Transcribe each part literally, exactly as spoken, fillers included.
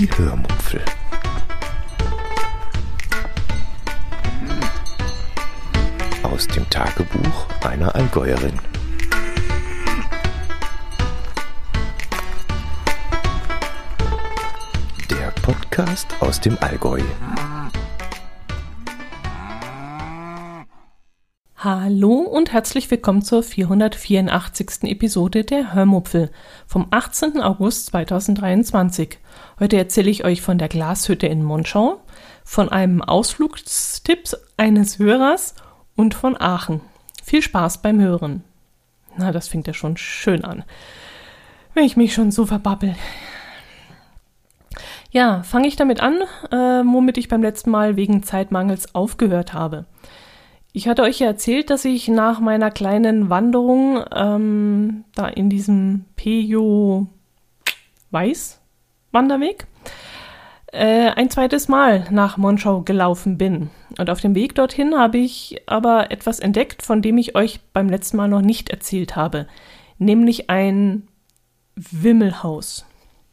Die Hörmupfel. Aus dem Tagebuch einer Allgäuerin. Der Podcast aus dem Allgäu. Hallo und herzlich willkommen zur vierhundertvierundachtzigsten Episode der Hörmupfel vom achtzehnten August zweitausenddreiundzwanzig. Heute erzähle ich euch von der Glashütte in Monschau, von einem Ausflugstipp eines Hörers und von Aachen. Viel Spaß beim Hören. Na, das fängt ja schon schön an, wenn ich mich schon so verbabbel. Ja, fange ich damit an, äh, womit ich beim letzten Mal wegen Zeitmangels aufgehört habe. Ich hatte euch ja erzählt, dass ich nach meiner kleinen Wanderung ähm, da in diesem Pejo-Weiß-Wanderweg äh, ein zweites Mal nach Monschau gelaufen bin. Und auf dem Weg dorthin habe ich aber etwas entdeckt, von dem ich euch beim letzten Mal noch nicht erzählt habe, nämlich ein Wimmelhaus.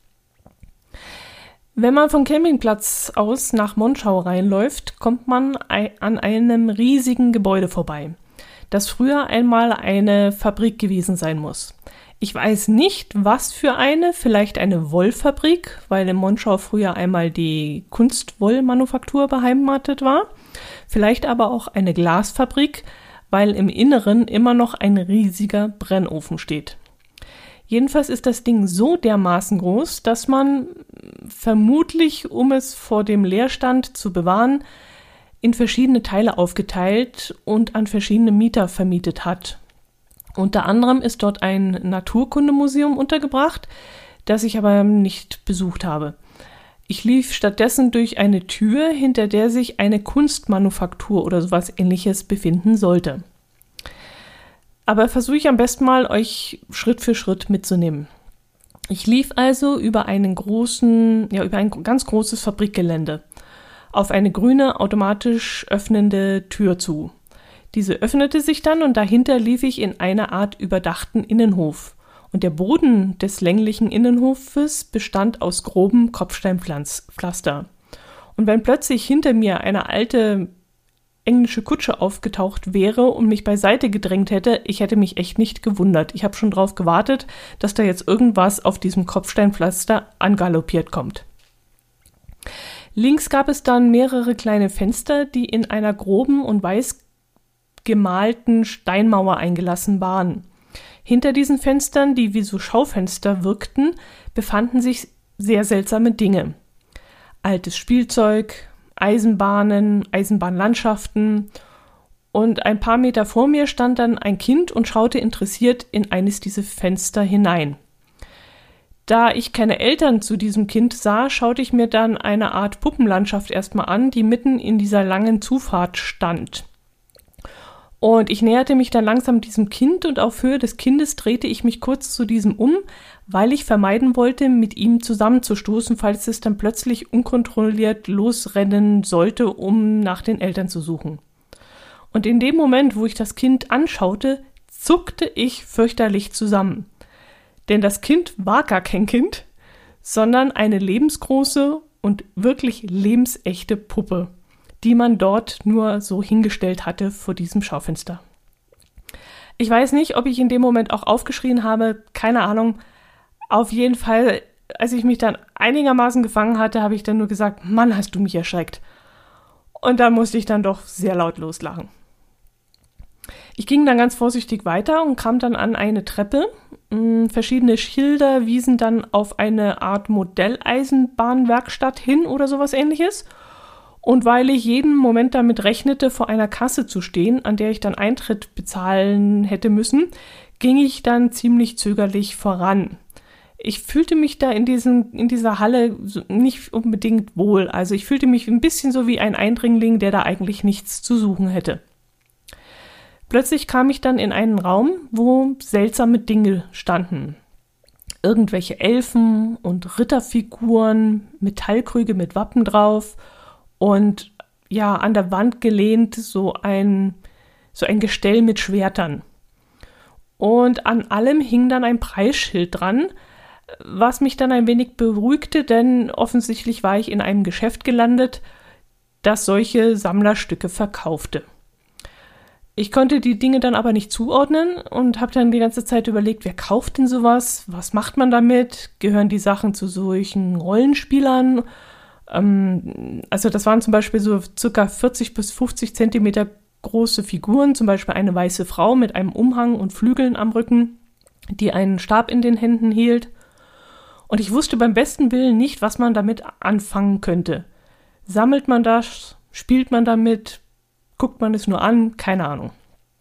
Wenn man vom Campingplatz aus nach Monschau reinläuft, kommt man an einem riesigen Gebäude vorbei, das früher einmal eine Fabrik gewesen sein muss. Ich weiß nicht, was für eine, vielleicht eine Wollfabrik, weil in Monschau früher einmal die Kunstwollmanufaktur beheimatet war, vielleicht aber auch eine Glasfabrik, weil im Inneren immer noch ein riesiger Brennofen steht. Jedenfalls ist das Ding so dermaßen groß, dass man vermutlich, um es vor dem Leerstand zu bewahren, in verschiedene Teile aufgeteilt und an verschiedene Mieter vermietet hat. Unter anderem ist dort ein Naturkundemuseum untergebracht, das ich aber nicht besucht habe. Ich lief stattdessen durch eine Tür, hinter der sich eine Kunstmanufaktur oder sowas Ähnliches befinden sollte. Aber versuche ich am besten mal, euch Schritt für Schritt mitzunehmen. Ich lief also über einen großen, ja, über ein ganz großes Fabrikgelände auf eine grüne, automatisch öffnende Tür zu. Diese öffnete sich dann und dahinter lief ich in eine Art überdachten Innenhof. Und der Boden des länglichen Innenhofes bestand aus grobem Kopfsteinpflaster. Und wenn plötzlich hinter mir eine alte englische Kutsche aufgetaucht wäre und mich beiseite gedrängt hätte, ich hätte mich echt nicht gewundert. Ich habe schon drauf gewartet, dass da jetzt irgendwas auf diesem Kopfsteinpflaster angaloppiert kommt. Links gab es dann mehrere kleine Fenster, die in einer groben und weiß gemalten Steinmauer eingelassen waren. Hinter diesen Fenstern, die wie so Schaufenster wirkten, befanden sich sehr seltsame Dinge. Altes Spielzeug, Eisenbahnen, Eisenbahnlandschaften und ein paar Meter vor mir stand dann ein Kind und schaute interessiert in eines dieser Fenster hinein. Da ich keine Eltern zu diesem Kind sah, schaute ich mir dann eine Art Puppenlandschaft erstmal an, die mitten in dieser langen Zufahrt stand. Und ich näherte mich dann langsam diesem Kind und auf Höhe des Kindes drehte ich mich kurz zu diesem um, weil ich vermeiden wollte, mit ihm zusammenzustoßen, falls es dann plötzlich unkontrolliert losrennen sollte, um nach den Eltern zu suchen. Und in dem Moment, wo ich das Kind anschaute, zuckte ich fürchterlich zusammen. Denn das Kind war gar kein Kind, sondern eine lebensgroße und wirklich lebensechte Puppe, die man dort nur so hingestellt hatte vor diesem Schaufenster. Ich weiß nicht, ob ich in dem Moment auch aufgeschrien habe, keine Ahnung. Auf jeden Fall, als ich mich dann einigermaßen gefangen hatte, habe ich dann nur gesagt, Mann, hast du mich erschreckt. Und dann musste ich dann doch sehr laut loslachen. Ich ging dann ganz vorsichtig weiter und kam dann an eine Treppe. Verschiedene Schilder wiesen dann auf eine Art Modelleisenbahnwerkstatt hin oder sowas Ähnliches. Und weil ich jeden Moment damit rechnete, vor einer Kasse zu stehen, an der ich dann Eintritt bezahlen hätte müssen, ging ich dann ziemlich zögerlich voran. Ich fühlte mich da in, diesen, in dieser Halle nicht unbedingt wohl. Also ich fühlte mich ein bisschen so wie ein Eindringling, der da eigentlich nichts zu suchen hätte. Plötzlich kam ich dann in einen Raum, wo seltsame Dinge standen. Irgendwelche Elfen und Ritterfiguren, Metallkrüge mit Wappen drauf und ja, an der Wand gelehnt so ein, so ein Gestell mit Schwertern. Und an allem hing dann ein Preisschild dran, was mich dann ein wenig beruhigte, denn offensichtlich war ich in einem Geschäft gelandet, das solche Sammlerstücke verkaufte. Ich konnte die Dinge dann aber nicht zuordnen und habe dann die ganze Zeit überlegt, wer kauft denn sowas? Was macht man damit? Gehören die Sachen zu solchen Rollenspielern? Ähm, also das waren zum Beispiel so circa vierzig bis fünfzig Zentimeter große Figuren, zum Beispiel eine weiße Frau mit einem Umhang und Flügeln am Rücken, die einen Stab in den Händen hielt. Und ich wusste beim besten Willen nicht, was man damit anfangen könnte. Sammelt man das? Spielt man damit? Guckt man es nur an? Keine Ahnung.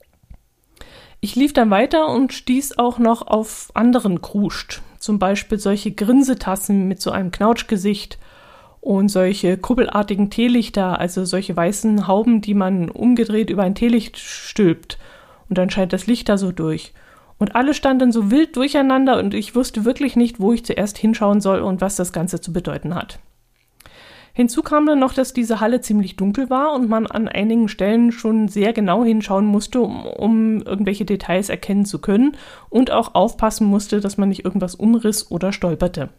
Ich lief dann weiter und stieß auch noch auf anderen Kruscht. Zum Beispiel solche Grinsetassen mit so einem Knautschgesicht und solche kubbelartigen Teelichter, also solche weißen Hauben, die man umgedreht über ein Teelicht stülpt. Und dann scheint das Licht da so durch. Und alles stand dann so wild durcheinander und ich wusste wirklich nicht, wo ich zuerst hinschauen soll und was das Ganze zu bedeuten hat. Hinzu kam dann noch, dass diese Halle ziemlich dunkel war und man an einigen Stellen schon sehr genau hinschauen musste, um, um irgendwelche Details erkennen zu können und auch aufpassen musste, dass man nicht irgendwas umriss oder stolperte.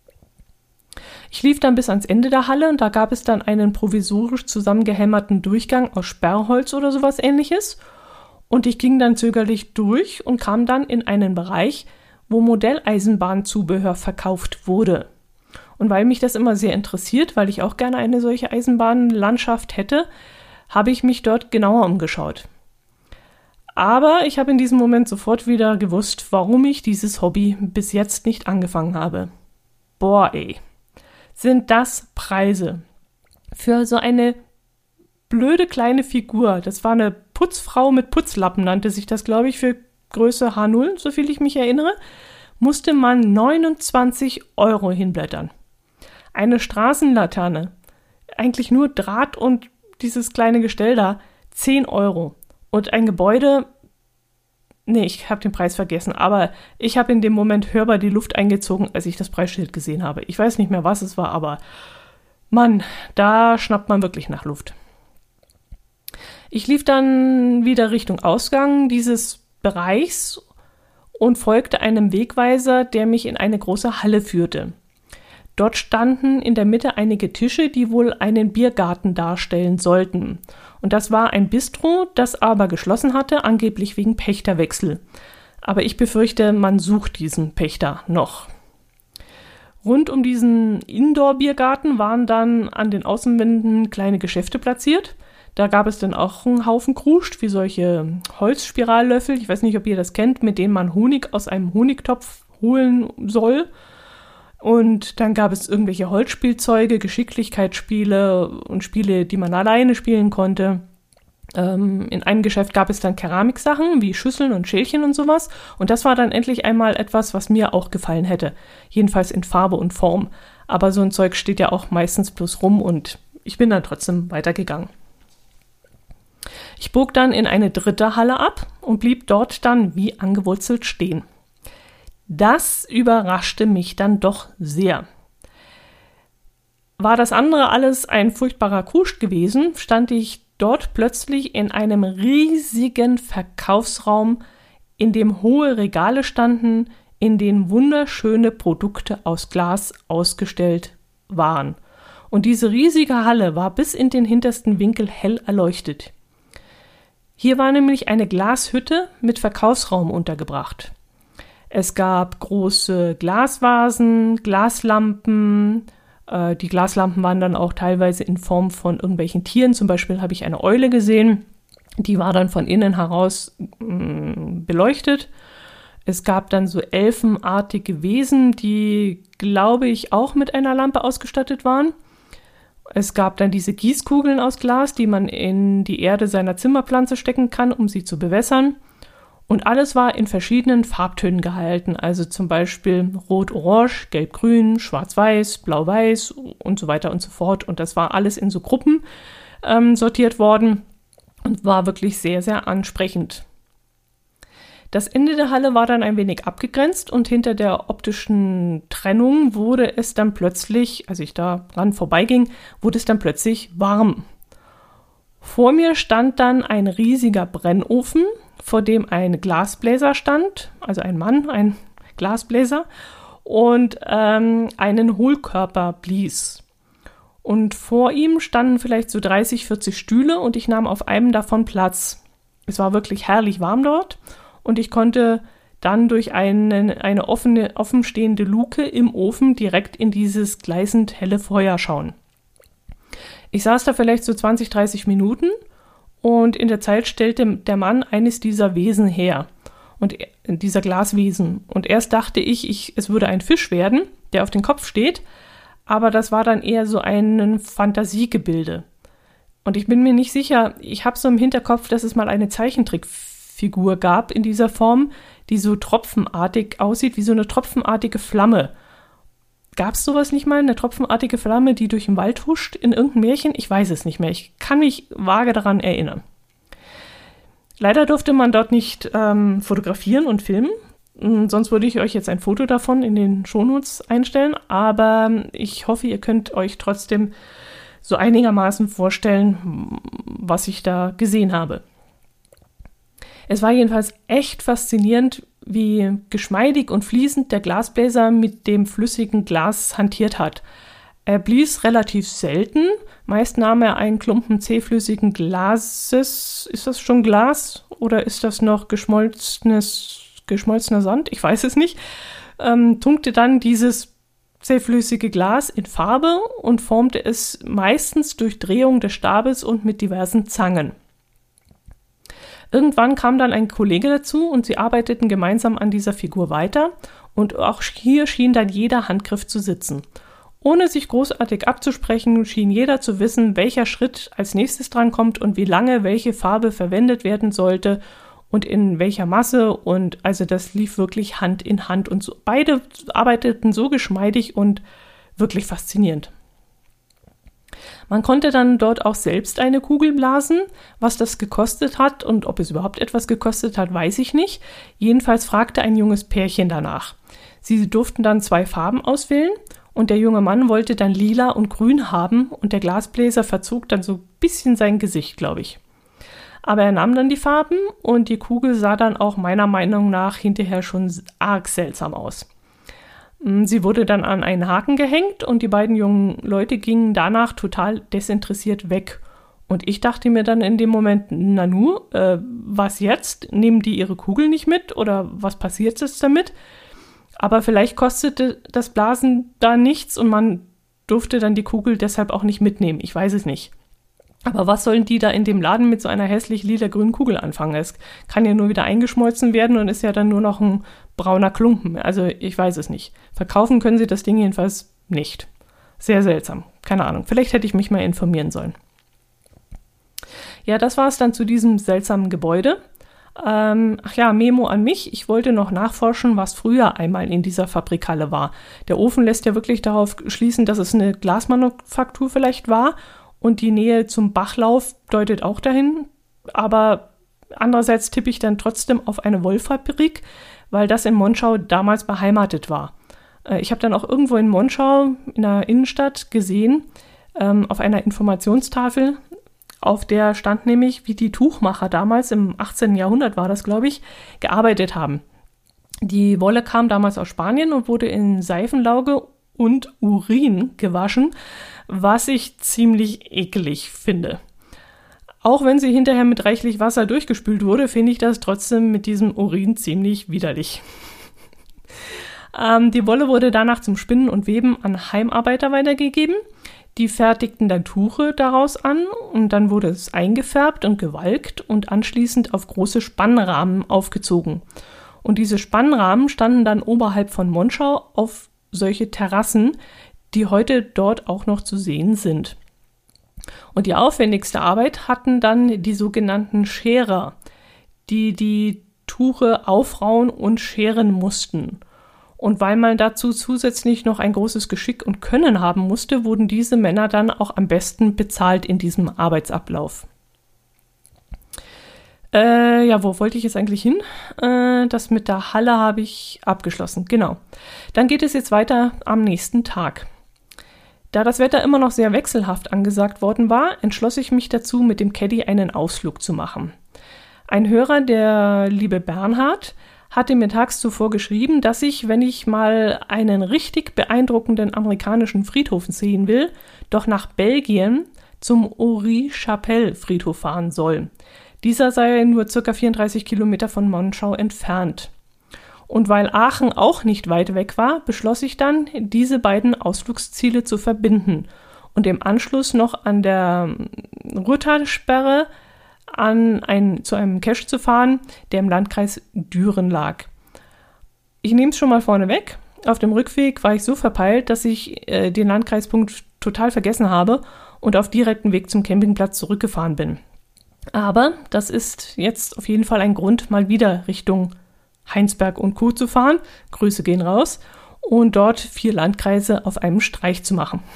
Ich lief dann bis ans Ende der Halle und da gab es dann einen provisorisch zusammengehämmerten Durchgang aus Sperrholz oder sowas Ähnliches. Und ich ging dann zögerlich durch und kam dann in einen Bereich, wo Modelleisenbahnzubehör verkauft wurde. Und weil mich das immer sehr interessiert, weil ich auch gerne eine solche Eisenbahnlandschaft hätte, habe ich mich dort genauer umgeschaut. Aber ich habe in diesem Moment sofort wieder gewusst, warum ich dieses Hobby bis jetzt nicht angefangen habe. Boah, ey, sind das Preise für so eine blöde kleine Figur. Das war eine Putzfrau mit Putzlappen, nannte sich das, glaube ich, für Größe H null, soviel ich mich erinnere, musste man neunundzwanzig Euro hinblättern. Eine Straßenlaterne, eigentlich nur Draht und dieses kleine Gestell da, zehn Euro. Und ein Gebäude, nee, ich habe den Preis vergessen, aber ich habe in dem Moment hörbar die Luft eingezogen, als ich das Preisschild gesehen habe. Ich weiß nicht mehr, was es war, aber Mann, da schnappt man wirklich nach Luft. Ich lief dann wieder Richtung Ausgang dieses Bereichs und folgte einem Wegweiser, der mich in eine große Halle führte. Dort standen in der Mitte einige Tische, die wohl einen Biergarten darstellen sollten. Und das war ein Bistro, das aber geschlossen hatte, angeblich wegen Pächterwechsel. Aber ich befürchte, man sucht diesen Pächter noch. Rund um diesen Indoor-Biergarten waren dann an den Außenwänden kleine Geschäfte platziert. Da gab es dann auch einen Haufen Kruscht, wie solche Holzspirallöffel. Ich weiß nicht, ob ihr das kennt, mit denen man Honig aus einem Honigtopf holen soll. Und dann gab es irgendwelche Holzspielzeuge, Geschicklichkeitsspiele und Spiele, die man alleine spielen konnte. Ähm, in einem Geschäft gab es dann Keramiksachen wie Schüsseln und Schälchen und sowas. Und das war dann endlich einmal etwas, was mir auch gefallen hätte. Jedenfalls in Farbe und Form. Aber so ein Zeug steht ja auch meistens bloß rum und ich bin dann trotzdem weitergegangen. Ich bog dann in eine dritte Halle ab und blieb dort dann wie angewurzelt stehen. Das überraschte mich dann doch sehr. War das andere alles ein furchtbarer Kruscht gewesen, stand ich dort plötzlich in einem riesigen Verkaufsraum, in dem hohe Regale standen, in denen wunderschöne Produkte aus Glas ausgestellt waren. Und diese riesige Halle war bis in den hintersten Winkel hell erleuchtet. Hier war nämlich eine Glashütte mit Verkaufsraum untergebracht. Es gab große Glasvasen, Glaslampen. Äh, die Glaslampen waren dann auch teilweise in Form von irgendwelchen Tieren. Zum Beispiel habe ich eine Eule gesehen. Die war dann von innen heraus mh, beleuchtet. Es gab dann so elfenartige Wesen, die, glaube ich, auch mit einer Lampe ausgestattet waren. Es gab dann diese Gießkugeln aus Glas, die man in die Erde seiner Zimmerpflanze stecken kann, um sie zu bewässern. Und alles war in verschiedenen Farbtönen gehalten, also zum Beispiel Rot-Orange, Gelb-Grün, Schwarz-Weiß, Blau-Weiß und so weiter und so fort. Und das war alles in so Gruppen ähm, sortiert worden und war wirklich sehr, sehr ansprechend. Das Ende der Halle war dann ein wenig abgegrenzt und hinter der optischen Trennung wurde es dann plötzlich, als ich da dran vorbeiging, wurde es dann plötzlich warm. Vor mir stand dann ein riesiger Brennofen, vor dem ein Glasbläser stand, also ein Mann, ein Glasbläser, und ähm, einen Hohlkörper blies. Und vor ihm standen vielleicht so dreißig, vierzig Stühle und ich nahm auf einem davon Platz. Es war wirklich herrlich warm dort und ich konnte dann durch eine, eine offene, offenstehende Luke im Ofen direkt in dieses gleißend helle Feuer schauen. Ich saß da vielleicht so zwanzig, dreißig Minuten und in der Zeit stellte der Mann eines dieser Wesen her, und dieser Glaswesen. Und erst dachte ich, ich, es würde ein Fisch werden, der auf den Kopf steht, aber das war dann eher so ein Fantasiegebilde. Und ich bin mir nicht sicher, ich habe so im Hinterkopf, dass es mal eine Zeichentrickfigur gab in dieser Form, die so tropfenartig aussieht, wie so eine tropfenartige Flamme. Gab es sowas nicht mal, eine tropfenartige Flamme, die durch den Wald huscht in irgendeinem Märchen? Ich weiß es nicht mehr, ich kann mich vage daran erinnern. Leider durfte man dort nicht ähm, fotografieren und filmen, sonst würde ich euch jetzt ein Foto davon in den Shownotes einstellen, aber ich hoffe, ihr könnt euch trotzdem so einigermaßen vorstellen, was ich da gesehen habe. Es war jedenfalls echt faszinierend, wie geschmeidig und fließend der Glasbläser mit dem flüssigen Glas hantiert hat. Er blies relativ selten, meist nahm er einen Klumpen zähflüssigen Glases, ist das schon Glas oder ist das noch geschmolzenes, geschmolzener Sand? Ich weiß es nicht, ähm, tunkte dann dieses zähflüssige Glas in Farbe und formte es meistens durch Drehung des Stabes und mit diversen Zangen. Irgendwann kam dann ein Kollege dazu und sie arbeiteten gemeinsam an dieser Figur weiter und auch hier schien dann jeder Handgriff zu sitzen. Ohne sich großartig abzusprechen, schien jeder zu wissen, welcher Schritt als nächstes drankommt und wie lange welche Farbe verwendet werden sollte und in welcher Masse, und also das lief wirklich Hand in Hand und so, beide arbeiteten so geschmeidig und wirklich faszinierend. Man konnte dann dort auch selbst eine Kugel blasen. Was das gekostet hat und ob es überhaupt etwas gekostet hat, weiß ich nicht. Jedenfalls fragte ein junges Pärchen danach. Sie durften dann zwei Farben auswählen und der junge Mann wollte dann lila und grün haben und der Glasbläser verzog dann so ein bisschen sein Gesicht, glaube ich. Aber er nahm dann die Farben und die Kugel sah dann auch meiner Meinung nach hinterher schon arg seltsam aus. Sie wurde dann an einen Haken gehängt und die beiden jungen Leute gingen danach total desinteressiert weg. Und ich dachte mir dann in dem Moment, Nanu, äh, was jetzt? Nehmen die ihre Kugel nicht mit oder was passiert jetzt damit? Aber vielleicht kostete das Blasen da nichts und man durfte dann die Kugel deshalb auch nicht mitnehmen. Ich weiß es nicht. Aber was sollen die da in dem Laden mit so einer hässlich lila-grünen Kugel anfangen? Es kann ja nur wieder eingeschmolzen werden und ist ja dann nur noch ein brauner Klumpen. Also ich weiß es nicht. Verkaufen können sie das Ding jedenfalls nicht. Sehr seltsam. Keine Ahnung. Vielleicht hätte ich mich mal informieren sollen. Ja, das war es dann zu diesem seltsamen Gebäude. Ähm, ach ja, Memo an mich. Ich wollte noch nachforschen, was früher einmal in dieser Fabrikhalle war. Der Ofen lässt ja wirklich darauf schließen, dass es eine Glasmanufaktur vielleicht war. Und die Nähe zum Bachlauf deutet auch dahin. Aber andererseits tippe ich dann trotzdem auf eine Wollfabrik, weil das in Monschau damals beheimatet war. Äh, ich habe dann auch irgendwo in Monschau in der Innenstadt gesehen, ähm, auf einer Informationstafel, auf der stand nämlich, wie die Tuchmacher damals, im achtzehnten Jahrhundert war das, glaube ich, gearbeitet haben. Die Wolle kam damals aus Spanien und wurde in Seifenlauge und Urin gewaschen, was ich ziemlich eklig finde. Auch wenn sie hinterher mit reichlich Wasser durchgespült wurde, finde ich das trotzdem mit diesem Urin ziemlich widerlich. ähm, die Wolle wurde danach zum Spinnen und Weben an Heimarbeiter weitergegeben. Die fertigten dann Tuche daraus an und dann wurde es eingefärbt und gewalkt und anschließend auf große Spannrahmen aufgezogen. Und diese Spannrahmen standen dann oberhalb von Monschau auf solche Terrassen, die heute dort auch noch zu sehen sind. Und die aufwendigste Arbeit hatten dann die sogenannten Scherer, die die Tuche aufrauen und scheren mussten. Und weil man dazu zusätzlich noch ein großes Geschick und Können haben musste, wurden diese Männer dann auch am besten bezahlt in diesem Arbeitsablauf. Äh, ja, wo wollte ich jetzt eigentlich hin? Äh, das mit der Halle habe ich abgeschlossen, genau. Dann geht es jetzt weiter am nächsten Tag. Da das Wetter immer noch sehr wechselhaft angesagt worden war, entschloss ich mich dazu, mit dem Caddy einen Ausflug zu machen. Ein Hörer, der liebe Bernhard, hatte mir tags zuvor geschrieben, dass ich, wenn ich mal einen richtig beeindruckenden amerikanischen Friedhof sehen will, doch nach Belgien zum Ory-Chapelle-Friedhof fahren soll. Dieser sei nur ca. vierunddreißig Kilometer von Monschau entfernt. Und weil Aachen auch nicht weit weg war, beschloss ich dann, diese beiden Ausflugsziele zu verbinden und im Anschluss noch an der Ruhrtalsperre an ein, zu einem Cache zu fahren, der im Landkreis Düren lag. Ich nehme es schon mal vorne weg. Auf dem Rückweg war ich so verpeilt, dass ich äh, den Landkreispunkt total vergessen habe und auf direktem Weg zum Campingplatz zurückgefahren bin. Aber das ist jetzt auf jeden Fall ein Grund, mal wieder Richtung Heinsberg und Co. zu fahren. Grüße gehen raus. Und dort vier Landkreise auf einem Streich zu machen.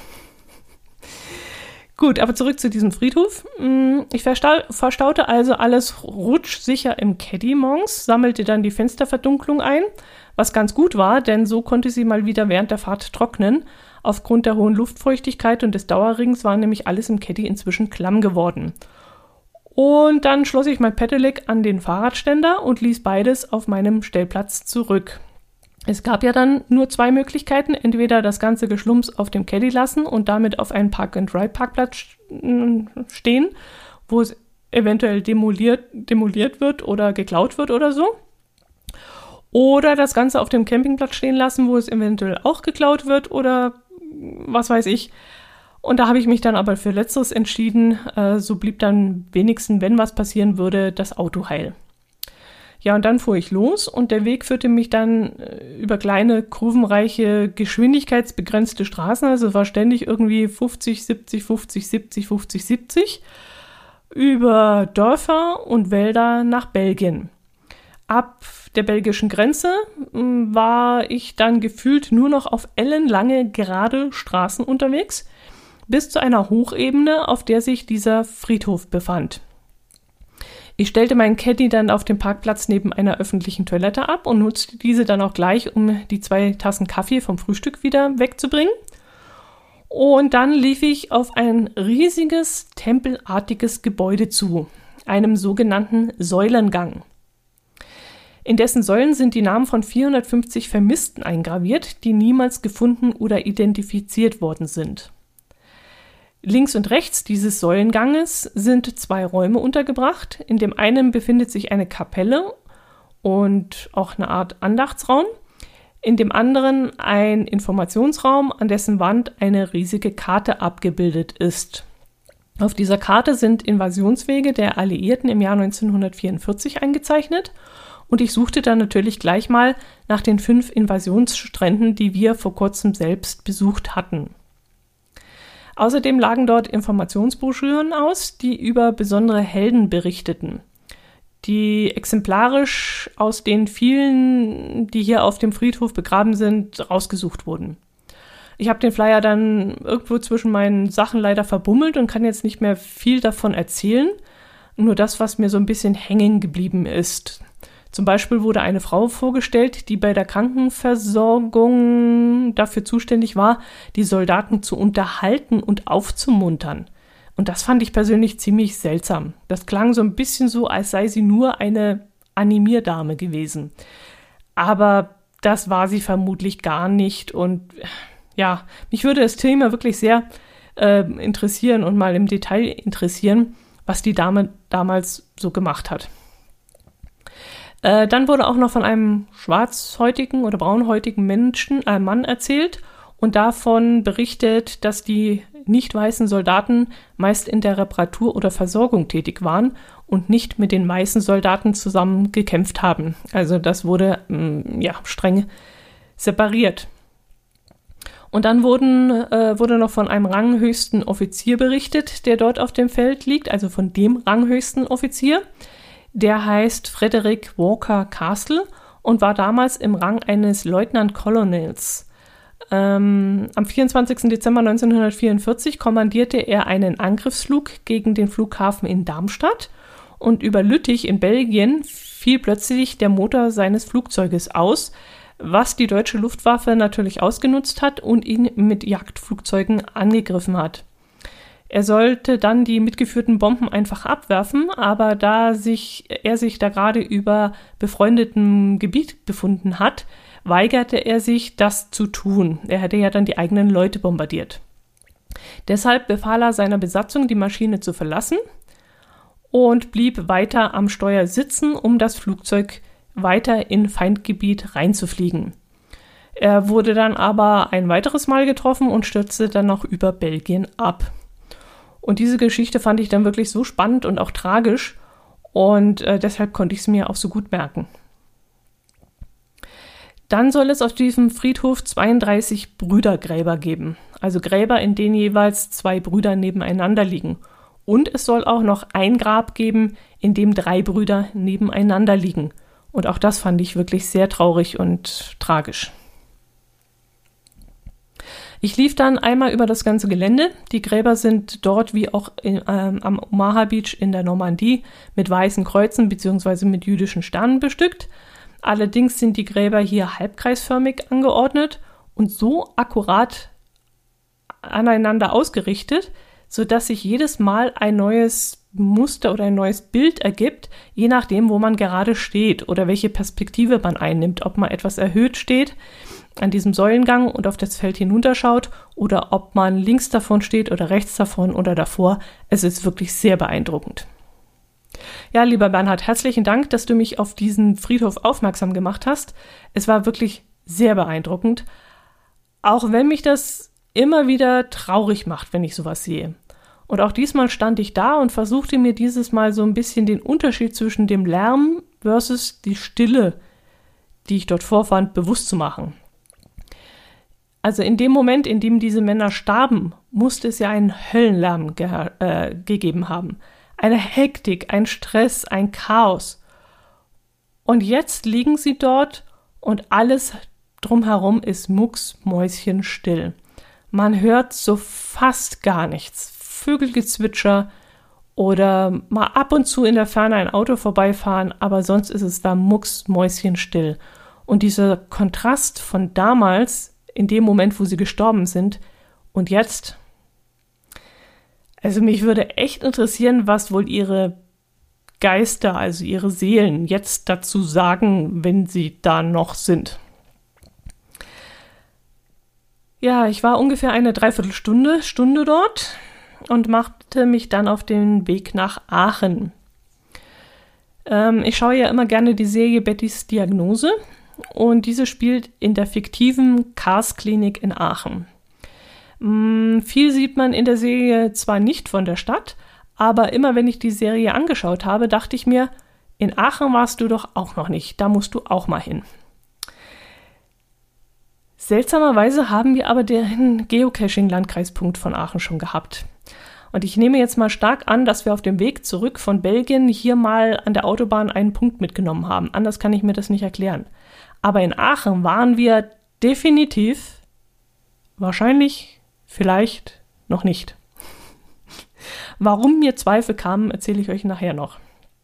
Gut, aber zurück zu diesem Friedhof. Ich versta- verstaute also alles rutschsicher im Caddy morgens, sammelte dann die Fensterverdunklung ein, was ganz gut war, denn so konnte sie mal wieder während der Fahrt trocknen. Aufgrund der hohen Luftfeuchtigkeit und des Dauerregens war nämlich alles im Caddy inzwischen klamm geworden. Und dann schloss ich mein Pedelec an den Fahrradständer und ließ beides auf meinem Stellplatz zurück. Es gab ja dann nur zwei Möglichkeiten, entweder das ganze Geschlumps auf dem Caddy lassen und damit auf einen Park-and-Ride-Parkplatz stehen, wo es eventuell demoliert, demoliert wird oder geklaut wird oder so. Oder das Ganze auf dem Campingplatz stehen lassen, wo es eventuell auch geklaut wird oder was weiß ich. Und da habe ich mich dann aber für Letzteres entschieden. Äh, so blieb dann wenigstens, wenn was passieren würde, das Auto heil. Ja, und dann fuhr ich los und der Weg führte mich dann äh, über kleine, kurvenreiche, geschwindigkeitsbegrenzte Straßen. Also war ständig irgendwie fünfzig, siebzig, fünfzig, siebzig, fünfzig, siebzig. Über Dörfer und Wälder nach Belgien. Ab der belgischen Grenze mh, war ich dann gefühlt nur noch auf ellenlange, gerade Straßen unterwegs, bis zu einer Hochebene, auf der sich dieser Friedhof befand. Ich stellte meinen Caddy dann auf dem Parkplatz neben einer öffentlichen Toilette ab und nutzte diese dann auch gleich, um die zwei Tassen Kaffee vom Frühstück wieder wegzubringen. Und dann lief ich auf ein riesiges, tempelartiges Gebäude zu, einem sogenannten Säulengang. In dessen Säulen sind die Namen von vierhundertfünfzig Vermissten eingraviert, die niemals gefunden oder identifiziert worden sind. Links und rechts dieses Säulenganges sind zwei Räume untergebracht. In dem einen befindet sich eine Kapelle und auch eine Art Andachtsraum. In dem anderen ein Informationsraum, an dessen Wand eine riesige Karte abgebildet ist. Auf dieser Karte sind Invasionswege der Alliierten im Jahr neunzehnhundertvierundvierzig eingezeichnet. Und ich suchte dann natürlich gleich mal nach den fünf Invasionsstränden, die wir vor kurzem selbst besucht hatten. Außerdem lagen dort Informationsbroschüren aus, die über besondere Helden berichteten, die exemplarisch aus den vielen, die hier auf dem Friedhof begraben sind, rausgesucht wurden. Ich habe den Flyer dann irgendwo zwischen meinen Sachen leider verbummelt und kann jetzt nicht mehr viel davon erzählen, nur das, was mir so ein bisschen hängen geblieben ist. Zum Beispiel wurde eine Frau vorgestellt, die bei der Krankenversorgung dafür zuständig war, die Soldaten zu unterhalten und aufzumuntern. Und das fand ich persönlich ziemlich seltsam. Das klang so ein bisschen so, als sei sie nur eine Animierdame gewesen. Aber das war sie vermutlich gar nicht. Und ja, mich würde das Thema wirklich sehr äh, interessieren und mal im Detail interessieren, was die Dame damals so gemacht hat. Äh, dann wurde auch noch von einem schwarzhäutigen oder braunhäutigen Menschen, äh, Mann erzählt und davon berichtet, dass die nicht weißen Soldaten meist in der Reparatur oder Versorgung tätig waren und nicht mit den weißen Soldaten zusammen gekämpft haben. Also das wurde mh, ja, streng separiert. Und dann wurden, äh, wurde noch von einem ranghöchsten Offizier berichtet, der dort auf dem Feld liegt, also von dem ranghöchsten Offizier. Der heißt Frederick Walker Castle und war damals im Rang eines Lieutenant Colonels. Ähm, am vierundzwanzigsten Dezember neunzehnhundertvierundvierzig kommandierte er einen Angriffsflug gegen den Flughafen in Darmstadt und über Lüttich in Belgien fiel plötzlich der Motor seines Flugzeuges aus, was die deutsche Luftwaffe natürlich ausgenutzt hat und ihn mit Jagdflugzeugen angegriffen hat. Er sollte dann die mitgeführten Bomben einfach abwerfen, aber da sich, er sich da gerade über befreundetem Gebiet befunden hat, weigerte er sich, das zu tun. Er hätte ja dann die eigenen Leute bombardiert. Deshalb befahl er seiner Besatzung, die Maschine zu verlassen und blieb weiter am Steuer sitzen, um das Flugzeug weiter in Feindgebiet reinzufliegen. Er wurde dann aber ein weiteres Mal getroffen und stürzte dann noch über Belgien ab. Und diese Geschichte fand ich dann wirklich so spannend und auch tragisch und äh, deshalb konnte ich es mir auch so gut merken. Dann soll es auf diesem Friedhof zweiunddreißig Brüdergräber geben, also Gräber, in denen jeweils zwei Brüder nebeneinander liegen. Und es soll auch noch ein Grab geben, in dem drei Brüder nebeneinander liegen. Und auch das fand ich wirklich sehr traurig und tragisch. Ich lief dann einmal über das ganze Gelände. Die Gräber sind dort wie auch in, ähm, am Omaha Beach in der Normandie mit weißen Kreuzen bzw. mit jüdischen Sternen bestückt. Allerdings sind die Gräber hier halbkreisförmig angeordnet und so akkurat aneinander ausgerichtet, sodass sich jedes Mal ein neues Muster oder ein neues Bild ergibt, je nachdem, wo man gerade steht oder welche Perspektive man einnimmt, ob man etwas erhöht steht an diesem Säulengang und auf das Feld hinunterschaut oder ob man links davon steht oder rechts davon oder davor. Es ist wirklich sehr beeindruckend. Ja, lieber Bernhard, herzlichen Dank, dass du mich auf diesen Friedhof aufmerksam gemacht hast. Es war wirklich sehr beeindruckend, auch wenn mich das immer wieder traurig macht, wenn ich sowas sehe. Und auch diesmal stand ich da und versuchte mir dieses Mal so ein bisschen den Unterschied zwischen dem Lärm versus die Stille, die ich dort vorfand, bewusst zu machen. Also in dem Moment, in dem diese Männer starben, musste es ja einen Höllenlärm ge- äh, gegeben haben. Eine Hektik, ein Stress, ein Chaos. Und jetzt liegen sie dort und alles drumherum ist mucksmäuschenstill. Man hört so fast gar nichts. Vögelgezwitscher oder mal ab und zu in der Ferne ein Auto vorbeifahren, aber sonst ist es da mucksmäuschenstill. Und dieser Kontrast von damals, in dem Moment, wo sie gestorben sind, und jetzt, also mich würde echt interessieren, was wohl ihre Geister, also ihre Seelen, jetzt dazu sagen, wenn sie da noch sind. Ja, ich war ungefähr eine Dreiviertelstunde Stunde dort und machte mich dann auf den Weg nach Aachen. Ähm, ich schaue ja immer gerne die Serie Bettys Diagnose und diese spielt in der fiktiven Cars-Klinik in Aachen. Ähm, viel sieht man in der Serie zwar nicht von der Stadt, aber immer wenn ich die Serie angeschaut habe, dachte ich mir, in Aachen warst du doch auch noch nicht, da musst du auch mal hin. Seltsamerweise haben wir aber den Geocaching-Landkreispunkt von Aachen schon gehabt. Und ich nehme jetzt mal stark an, dass wir auf dem Weg zurück von Belgien hier mal an der Autobahn einen Punkt mitgenommen haben. Anders kann ich mir das nicht erklären. Aber in Aachen waren wir definitiv, wahrscheinlich, vielleicht noch nicht. Warum mir Zweifel kamen, erzähle ich euch nachher noch.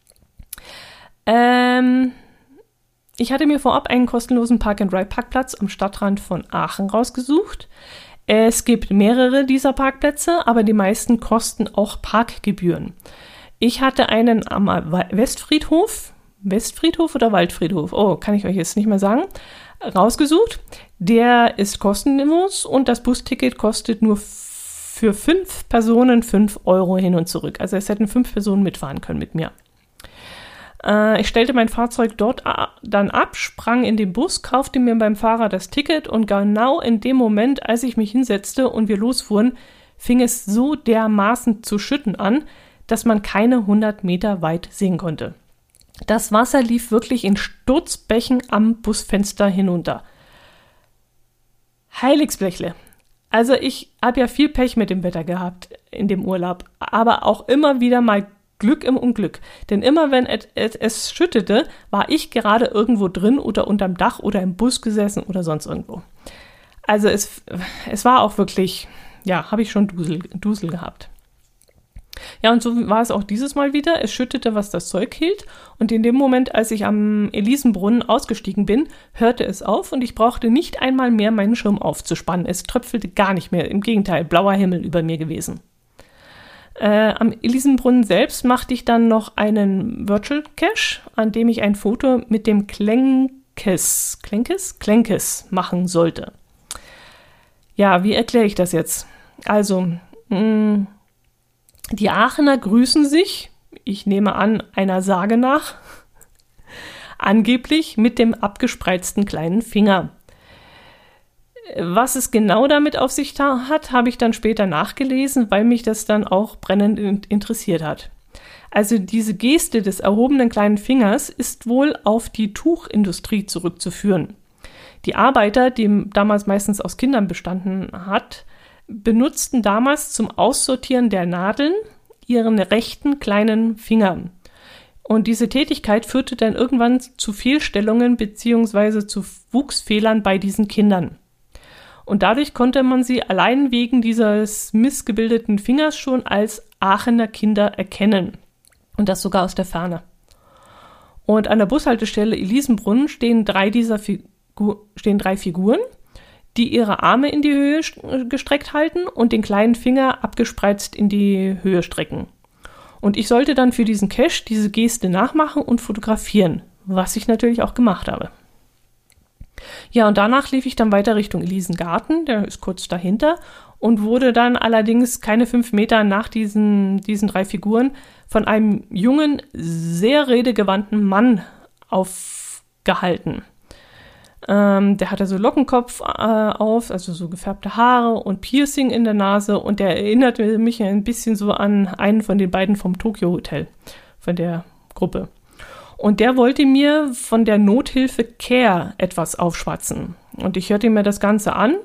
Ähm... Ich hatte mir vorab einen kostenlosen Park-and-Ride-Parkplatz am Stadtrand von Aachen rausgesucht. Es gibt mehrere dieser Parkplätze, aber die meisten kosten auch Parkgebühren. Ich hatte einen am Westfriedhof, Westfriedhof oder Waldfriedhof, oh, kann ich euch jetzt nicht mehr sagen, rausgesucht. Der ist kostenlos und das Busticket kostet nur für fünf Personen fünf Euro hin und zurück. Also es hätten fünf Personen mitfahren können mit mir. Ich stellte mein Fahrzeug dort dann ab, sprang in den Bus, kaufte mir beim Fahrer das Ticket und genau in dem Moment, als ich mich hinsetzte und wir losfuhren, fing es so dermaßen zu schütten an, dass man keine hundert Meter weit sehen konnte. Das Wasser lief wirklich in Sturzbächen am Busfenster hinunter. Heiligsblechle. Also ich habe ja viel Pech mit dem Wetter gehabt in dem Urlaub, aber auch immer wieder mal Glück im Unglück. Denn immer wenn es, es, es schüttete, war ich gerade irgendwo drin oder unterm Dach oder im Bus gesessen oder sonst irgendwo. Also es, es war auch wirklich, ja, habe ich schon Dusel, Dusel gehabt. Ja, und so war es auch dieses Mal wieder. Es schüttete, was das Zeug hielt. Und in dem Moment, als ich am Elisenbrunnen ausgestiegen bin, hörte es auf und ich brauchte nicht einmal mehr meinen Schirm aufzuspannen. Es tröpfelte gar nicht mehr. Im Gegenteil, blauer Himmel über mir gewesen. Äh, am Elisenbrunnen selbst machte ich dann noch einen Virtual Cache, an dem ich ein Foto mit dem Klenkes, Klenkes? Klenkes machen sollte. Ja, wie erkläre ich das jetzt? Also, mh, die Aachener grüßen sich, ich nehme an, einer Sage nach, angeblich mit dem abgespreizten kleinen Finger. Was es genau damit auf sich hat, habe ich dann später nachgelesen, weil mich das dann auch brennend interessiert hat. Also diese Geste des erhobenen kleinen Fingers ist wohl auf die Tuchindustrie zurückzuführen. Die Arbeiter, die damals meistens aus Kindern bestanden hat, benutzten damals zum Aussortieren der Nadeln ihren rechten kleinen Finger. Und diese Tätigkeit führte dann irgendwann zu Fehlstellungen bzw. zu Wuchsfehlern bei diesen Kindern. Und dadurch konnte man sie allein wegen dieses missgebildeten Fingers schon als Aachener Kinder erkennen. Und das sogar aus der Ferne. Und an der Bushaltestelle Elisenbrunn stehen drei dieser Figu- stehen drei Figuren, die ihre Arme in die Höhe gestreckt halten und den kleinen Finger abgespreizt in die Höhe strecken. Und ich sollte dann für diesen Cache diese Geste nachmachen und fotografieren, was ich natürlich auch gemacht habe. Ja, und danach lief ich dann weiter Richtung Elisengarten, der ist kurz dahinter, und wurde dann allerdings keine fünf Meter nach diesen, diesen drei Figuren von einem jungen, sehr redegewandten Mann aufgehalten. Ähm, der hatte so Lockenkopf äh, auf, also so gefärbte Haare und Piercing in der Nase, und der erinnerte mich ein bisschen so an einen von den beiden vom Tokyo Hotel, von der Gruppe. Und der wollte mir von der Nothilfe Care etwas aufschwatzen. Und ich hörte mir das Ganze an.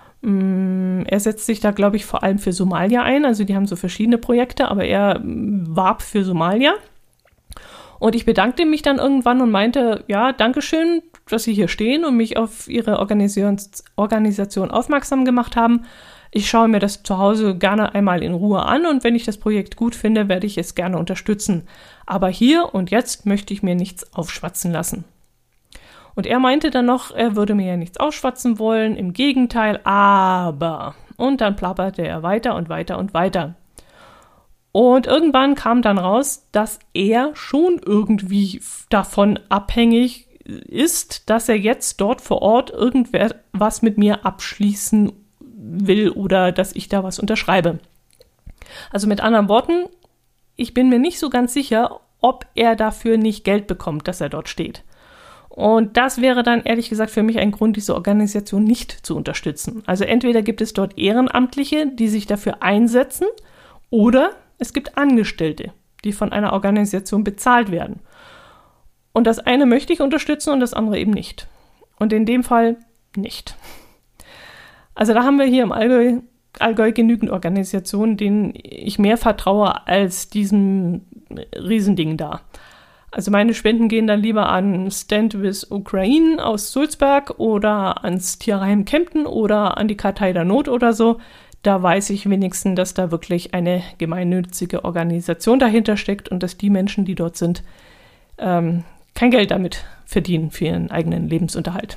Er setzt sich da, glaube ich, vor allem für Somalia ein. Also die haben so verschiedene Projekte, aber er warb für Somalia. Und ich bedankte mich dann irgendwann und meinte, ja, Dankeschön, dass Sie hier stehen und mich auf Ihre Organisations- Organisation aufmerksam gemacht haben. Ich schaue mir das zu Hause gerne einmal in Ruhe an, und wenn ich das Projekt gut finde, werde ich es gerne unterstützen. Aber hier und jetzt möchte ich mir nichts aufschwatzen lassen. Und er meinte dann noch, er würde mir ja nichts aufschwatzen wollen, im Gegenteil, aber. Und dann plapperte er weiter und weiter und weiter. Und irgendwann kam dann raus, dass er schon irgendwie davon abhängig ist, dass er jetzt dort vor Ort irgendwas mit mir abschließen will oder dass ich da was unterschreibe. Also mit anderen Worten, ich bin mir nicht so ganz sicher, ob er dafür nicht Geld bekommt, dass er dort steht. Und das wäre dann ehrlich gesagt für mich ein Grund, diese Organisation nicht zu unterstützen. Also entweder gibt es dort Ehrenamtliche, die sich dafür einsetzen, oder es gibt Angestellte, die von einer Organisation bezahlt werden. Und das eine möchte ich unterstützen und das andere eben nicht. Und in dem Fall nicht. Also da haben wir hier im Allgäu, Allgäu genügend Organisationen, denen ich mehr vertraue als diesem Riesending da. Also meine Spenden gehen dann lieber an Stand with Ukraine aus Sulzberg oder ans Tierheim Kempten oder an die Kartei der Not oder so. Da weiß ich wenigstens, dass da wirklich eine gemeinnützige Organisation dahinter steckt und dass die Menschen, die dort sind, ähm, kein Geld damit verdienen für ihren eigenen Lebensunterhalt.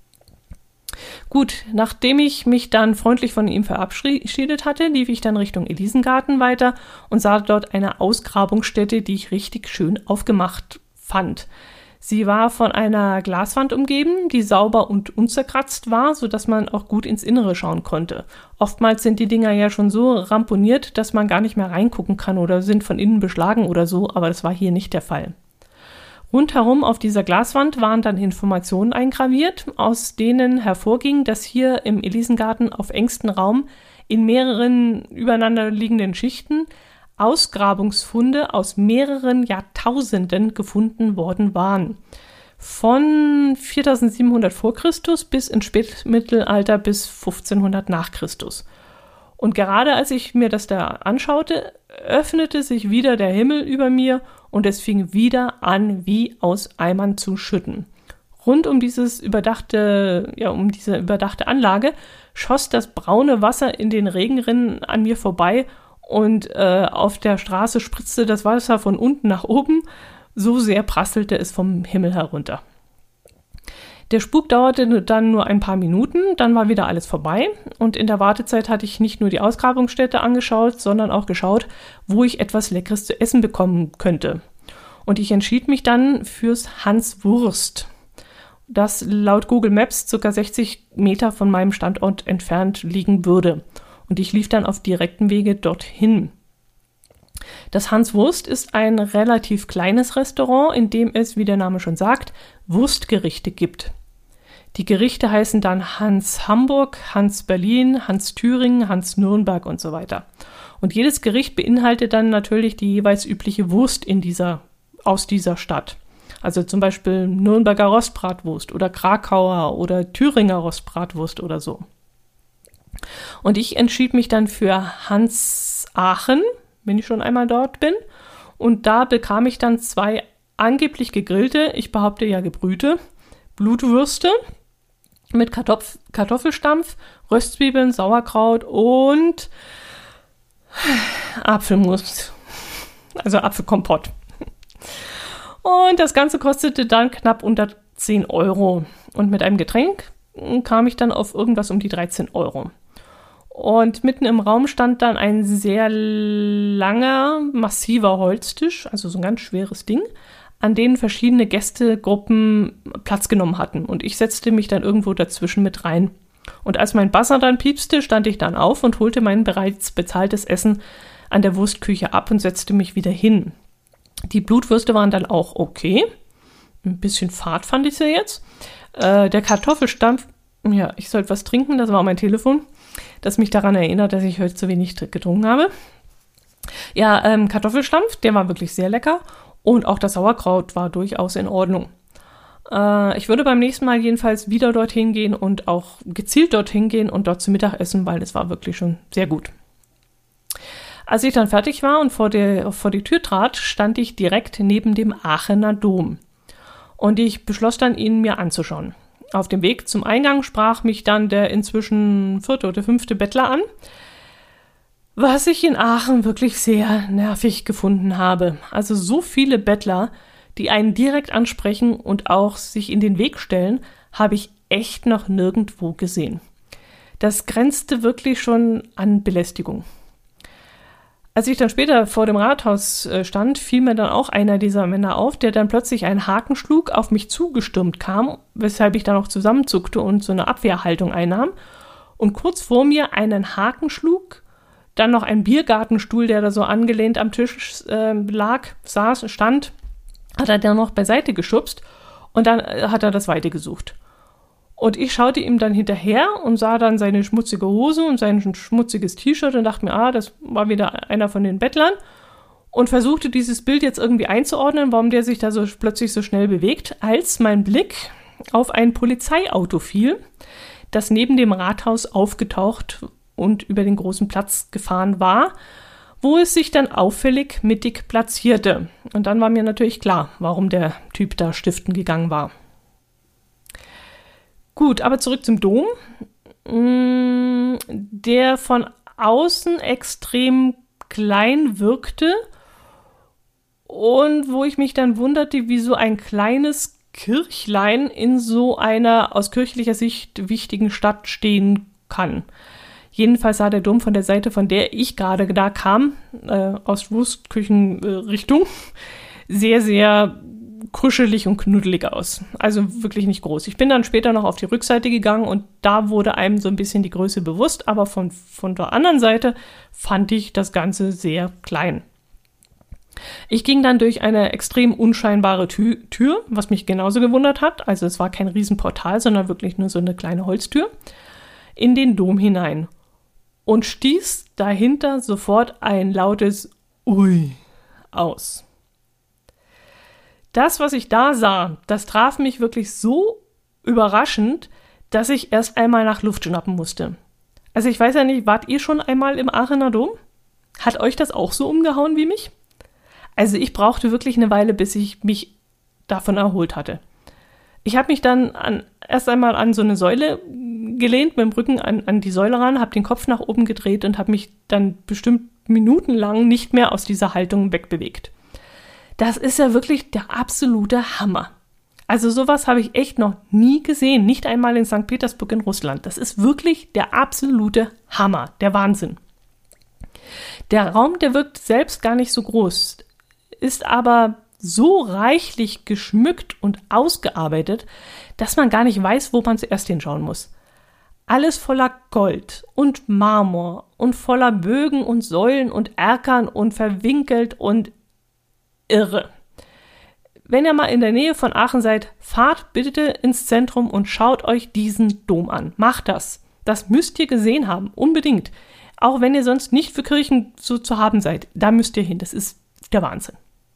Gut, nachdem ich mich dann freundlich von ihm verabschiedet hatte, lief ich dann Richtung Elisengarten weiter und sah dort eine Ausgrabungsstätte, die ich richtig schön aufgemacht fand. Sie war von einer Glaswand umgeben, die sauber und unzerkratzt war, sodass man auch gut ins Innere schauen konnte. Oftmals sind die Dinger ja schon so ramponiert, dass man gar nicht mehr reingucken kann oder sind von innen beschlagen oder so, aber das war hier nicht der Fall. Rundherum auf dieser Glaswand waren dann Informationen eingraviert, aus denen hervorging, dass hier im Elisengarten auf engstem Raum in mehreren übereinander liegenden Schichten Ausgrabungsfunde aus mehreren Jahrtausenden gefunden worden waren. Von viertausendsiebenhundert vor Christus bis ins Spätmittelalter bis fünfzehnhundert nach Christus. Und gerade als ich mir das da anschaute, öffnete sich wieder der Himmel über mir und es fing wieder an, wie aus Eimern zu schütten. Rund um dieses überdachte, ja, um diese überdachte Anlage schoss das braune Wasser in den Regenrinnen an mir vorbei und äh, auf der Straße spritzte das Wasser von unten nach oben, so sehr prasselte es vom Himmel herunter. Der Spuk dauerte dann nur ein paar Minuten, dann war wieder alles vorbei und in der Wartezeit hatte ich nicht nur die Ausgrabungsstätte angeschaut, sondern auch geschaut, wo ich etwas Leckeres zu essen bekommen könnte. Und ich entschied mich dann fürs Hans Wurst, das laut Google Maps ca. sechzig Meter von meinem Standort entfernt liegen würde. Und ich lief dann auf direktem Wege dorthin. Das Hans Wurst ist ein relativ kleines Restaurant, in dem es, wie der Name schon sagt, Wurstgerichte gibt. Die Gerichte heißen dann Hans Hamburg, Hans Berlin, Hans Thüringen, Hans Nürnberg und so weiter. Und jedes Gericht beinhaltet dann natürlich die jeweils übliche Wurst in dieser, aus dieser Stadt. Also zum Beispiel Nürnberger Rostbratwurst oder Krakauer oder Thüringer Rostbratwurst oder so. Und ich entschied mich dann für Hans Aachen, wenn ich schon einmal dort bin. Und da bekam ich dann zwei angeblich gegrillte, ich behaupte ja gebrühte, Blutwürste mit Kartopf- Kartoffelstampf, Röstzwiebeln, Sauerkraut und Apfelmus, also Apfelkompott. Und das Ganze kostete dann knapp unter zehn Euro. Und mit einem Getränk kam ich dann auf irgendwas um die dreizehn Euro. Und mitten im Raum stand dann ein sehr langer, massiver Holztisch, also so ein ganz schweres Ding, an denen verschiedene Gästegruppen Platz genommen hatten. Und ich setzte mich dann irgendwo dazwischen mit rein. Und als mein Buzzer dann piepste, stand ich dann auf und holte mein bereits bezahltes Essen an der Wurstküche ab und setzte mich wieder hin. Die Blutwürste waren dann auch okay. Ein bisschen fad fand ich sie jetzt. Äh, der Kartoffelstampf, ja, ich sollte was trinken, das war mein Telefon, das mich daran erinnert, dass ich heute zu wenig getrunken habe. Ja, ähm, Kartoffelstampf, der war wirklich sehr lecker. Und auch das Sauerkraut war durchaus in Ordnung. Äh, ich würde beim nächsten Mal jedenfalls wieder dorthin gehen und auch gezielt dorthin gehen und dort zu Mittag essen, weil es war wirklich schon sehr gut. Als ich dann fertig war und vor, der, vor die Tür trat, stand ich direkt neben dem Aachener Dom. Und ich beschloss dann, ihn mir anzuschauen. Auf dem Weg zum Eingang sprach mich dann der inzwischen vierte oder fünfte Bettler an, was ich in Aachen wirklich sehr nervig gefunden habe. Also so viele Bettler, die einen direkt ansprechen und auch sich in den Weg stellen, habe ich echt noch nirgendwo gesehen. Das grenzte wirklich schon an Belästigung. Als ich dann später vor dem Rathaus stand, fiel mir dann auch einer dieser Männer auf, der dann plötzlich einen Haken schlug, auf mich zugestürmt kam, weshalb ich dann auch zusammenzuckte und so eine Abwehrhaltung einnahm und kurz vor mir einen Haken schlug, dann noch ein Biergartenstuhl, der da so angelehnt am Tisch äh, lag, saß, stand, hat er dann noch beiseite geschubst und dann äh, hat er das Weite gesucht. Und ich schaute ihm dann hinterher und sah dann seine schmutzige Hose und sein schmutziges T-Shirt und dachte mir, ah, das war wieder einer von den Bettlern und versuchte dieses Bild jetzt irgendwie einzuordnen, warum der sich da so plötzlich so schnell bewegt, als mein Blick auf ein Polizeiauto fiel, das neben dem Rathaus aufgetaucht und über den großen Platz gefahren war, wo es sich dann auffällig mittig platzierte. Und dann war mir natürlich klar, warum der Typ da stiften gegangen war. Gut, aber zurück zum Dom, der von außen extrem klein wirkte und wo ich mich dann wunderte, wie so ein kleines Kirchlein in so einer aus kirchlicher Sicht wichtigen Stadt stehen kann. Jedenfalls sah der Dom von der Seite, von der ich gerade da kam, äh, aus Wurstküchenrichtung, äh, sehr, sehr kuschelig und knuddelig aus. Also wirklich nicht groß. Ich bin dann später noch auf die Rückseite gegangen und da wurde einem so ein bisschen die Größe bewusst, aber von, von der anderen Seite fand ich das Ganze sehr klein. Ich ging dann durch eine extrem unscheinbare Tü- Tür, was mich genauso gewundert hat. Also es war kein Riesenportal, sondern wirklich nur so eine kleine Holztür, in den Dom hinein und stieß dahinter sofort ein lautes Ui aus. Das, was ich da sah, das traf mich wirklich so überraschend, dass ich erst einmal nach Luft schnappen musste. Also ich weiß ja nicht, wart ihr schon einmal im Aachener Dom? Hat euch das auch so umgehauen wie mich? Also ich brauchte wirklich eine Weile, bis ich mich davon erholt hatte. Ich habe mich dann an, erst einmal an so eine Säule gelehnt, mit dem Rücken an, an die Säule ran, habe den Kopf nach oben gedreht und habe mich dann bestimmt minutenlang nicht mehr aus dieser Haltung wegbewegt. Das ist ja wirklich der absolute Hammer. Also sowas habe ich echt noch nie gesehen, nicht einmal in Sankt Petersburg in Russland. Das ist wirklich der absolute Hammer, der Wahnsinn. Der Raum, der wirkt selbst gar nicht so groß, ist aber so reichlich geschmückt und ausgearbeitet, dass man gar nicht weiß, wo man zuerst hinschauen muss. Alles voller Gold und Marmor und voller Bögen und Säulen und Erkern und verwinkelt und irre. Wenn ihr mal in der Nähe von Aachen seid, fahrt bitte ins Zentrum und schaut euch diesen Dom an. Macht das. Das müsst ihr gesehen haben, unbedingt. Auch wenn ihr sonst nicht für Kirchen so zu haben seid, da müsst ihr hin. Das ist der Wahnsinn.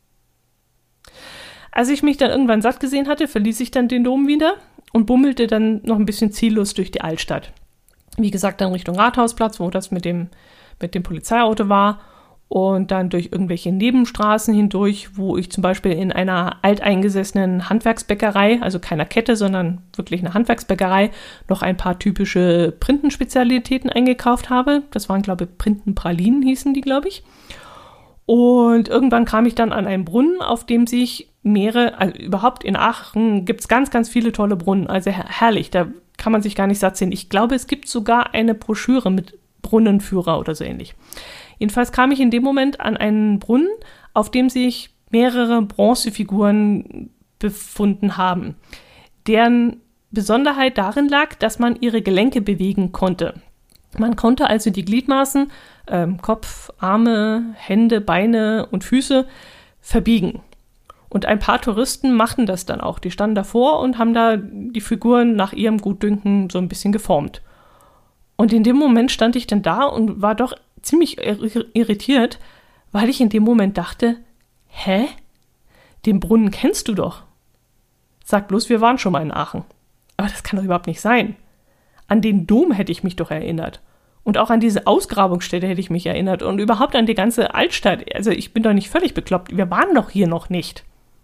Als ich mich dann irgendwann satt gesehen hatte, verließ ich dann den Dom wieder und bummelte dann noch ein bisschen ziellos durch die Altstadt. Wie gesagt, dann Richtung Rathausplatz, wo das mit dem, mit dem Polizeiauto war. Und dann durch irgendwelche Nebenstraßen hindurch, wo ich zum Beispiel in einer alteingesessenen Handwerksbäckerei, also keiner Kette, sondern wirklich eine Handwerksbäckerei, noch ein paar typische Printenspezialitäten eingekauft habe. Das waren, glaube ich, Printenpralinen hießen die, glaube ich. Und irgendwann kam ich dann an einen Brunnen, auf dem sich mehrere, also überhaupt in Aachen gibt es ganz, ganz viele tolle Brunnen. Also her- herrlich, da kann man sich gar nicht satt sehen. Ich glaube, es gibt sogar eine Broschüre mit Brunnenführer oder so ähnlich. Jedenfalls kam ich in dem Moment an einen Brunnen, auf dem sich mehrere Bronzefiguren befunden haben, deren Besonderheit darin lag, dass man ihre Gelenke bewegen konnte. Man konnte also die Gliedmaßen, ähm, Kopf, Arme, Hände, Beine und Füße verbiegen. Und ein paar Touristen machten das dann auch. Die standen davor und haben da die Figuren nach ihrem Gutdünken so ein bisschen geformt. Und in dem Moment stand ich dann da und war doch ziemlich irritiert, weil ich in dem Moment dachte, hä? Den Brunnen kennst du doch. Sag bloß, wir waren schon mal in Aachen. Aber das kann doch überhaupt nicht sein. An den Dom hätte ich mich doch erinnert. Und auch an diese Ausgrabungsstätte hätte ich mich erinnert. Und überhaupt an die ganze Altstadt. Also ich bin doch nicht völlig bekloppt. Wir waren doch hier noch nicht.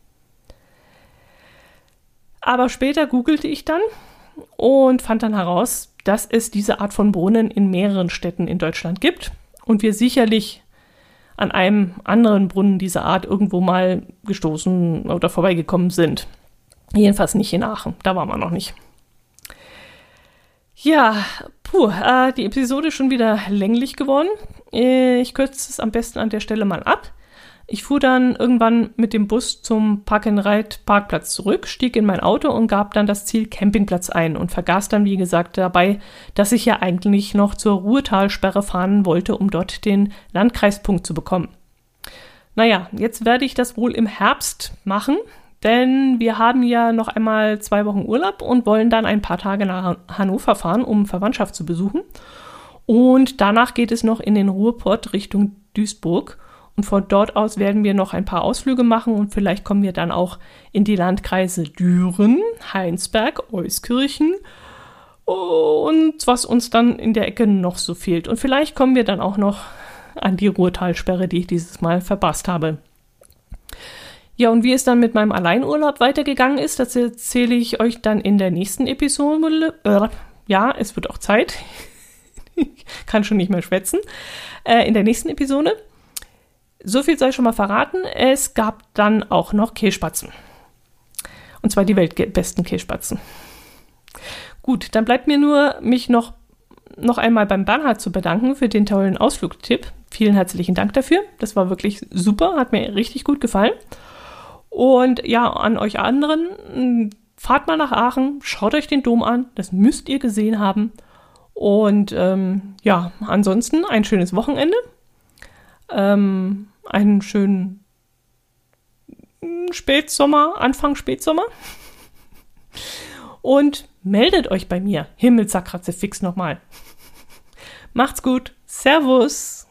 Aber später googelte ich dann und fand dann heraus, dass es diese Art von Brunnen in mehreren Städten in Deutschland gibt. Und wir sicherlich an einem anderen Brunnen dieser Art irgendwo mal gestoßen oder vorbeigekommen sind. Jedenfalls nicht in Aachen, da waren wir noch nicht. Ja, puh, äh, die Episode ist schon wieder länglich geworden. Äh, ich kürze es am besten an der Stelle mal ab. Ich fuhr dann irgendwann mit dem Bus zum Park-and-Ride-Parkplatz zurück, stieg in mein Auto und gab dann das Ziel Campingplatz ein und vergaß dann, wie gesagt, dabei, dass ich ja eigentlich noch zur Ruhrtalsperre fahren wollte, um dort den Landkreispunkt zu bekommen. Naja, jetzt werde ich das wohl im Herbst machen, denn wir haben ja noch einmal zwei Wochen Urlaub und wollen dann ein paar Tage nach Hannover fahren, um Verwandtschaft zu besuchen. Und danach geht es noch in den Ruhrpott Richtung Duisburg. Und von dort aus werden wir noch ein paar Ausflüge machen und vielleicht kommen wir dann auch in die Landkreise Düren, Heinsberg, Euskirchen und was uns dann in der Ecke noch so fehlt. Und vielleicht kommen wir dann auch noch an die Ruhrtalsperre, die ich dieses Mal verpasst habe. Ja, und wie es dann mit meinem Alleinurlaub weitergegangen ist, das erzähle ich euch dann in der nächsten Episode. Äh, ja, es wird auch Zeit. Ich kann schon nicht mehr schwätzen. Äh, in der nächsten Episode. So viel sei schon mal verraten, es gab dann auch noch Kehlspatzen. Und zwar die weltbesten Kehlspatzen. Gut, dann bleibt mir nur, mich noch, noch einmal beim Bernhard zu bedanken für den tollen Ausflugstipp. Vielen herzlichen Dank dafür. Das war wirklich super, hat mir richtig gut gefallen. Und ja, an euch anderen, fahrt mal nach Aachen, schaut euch den Dom an, das müsst ihr gesehen haben. Und ähm, ja, ansonsten ein schönes Wochenende. Ähm, einen schönen Spätsommer, Anfang Spätsommer. Und meldet euch bei mir. Himmelsackratze fix nochmal. Macht's gut. Servus.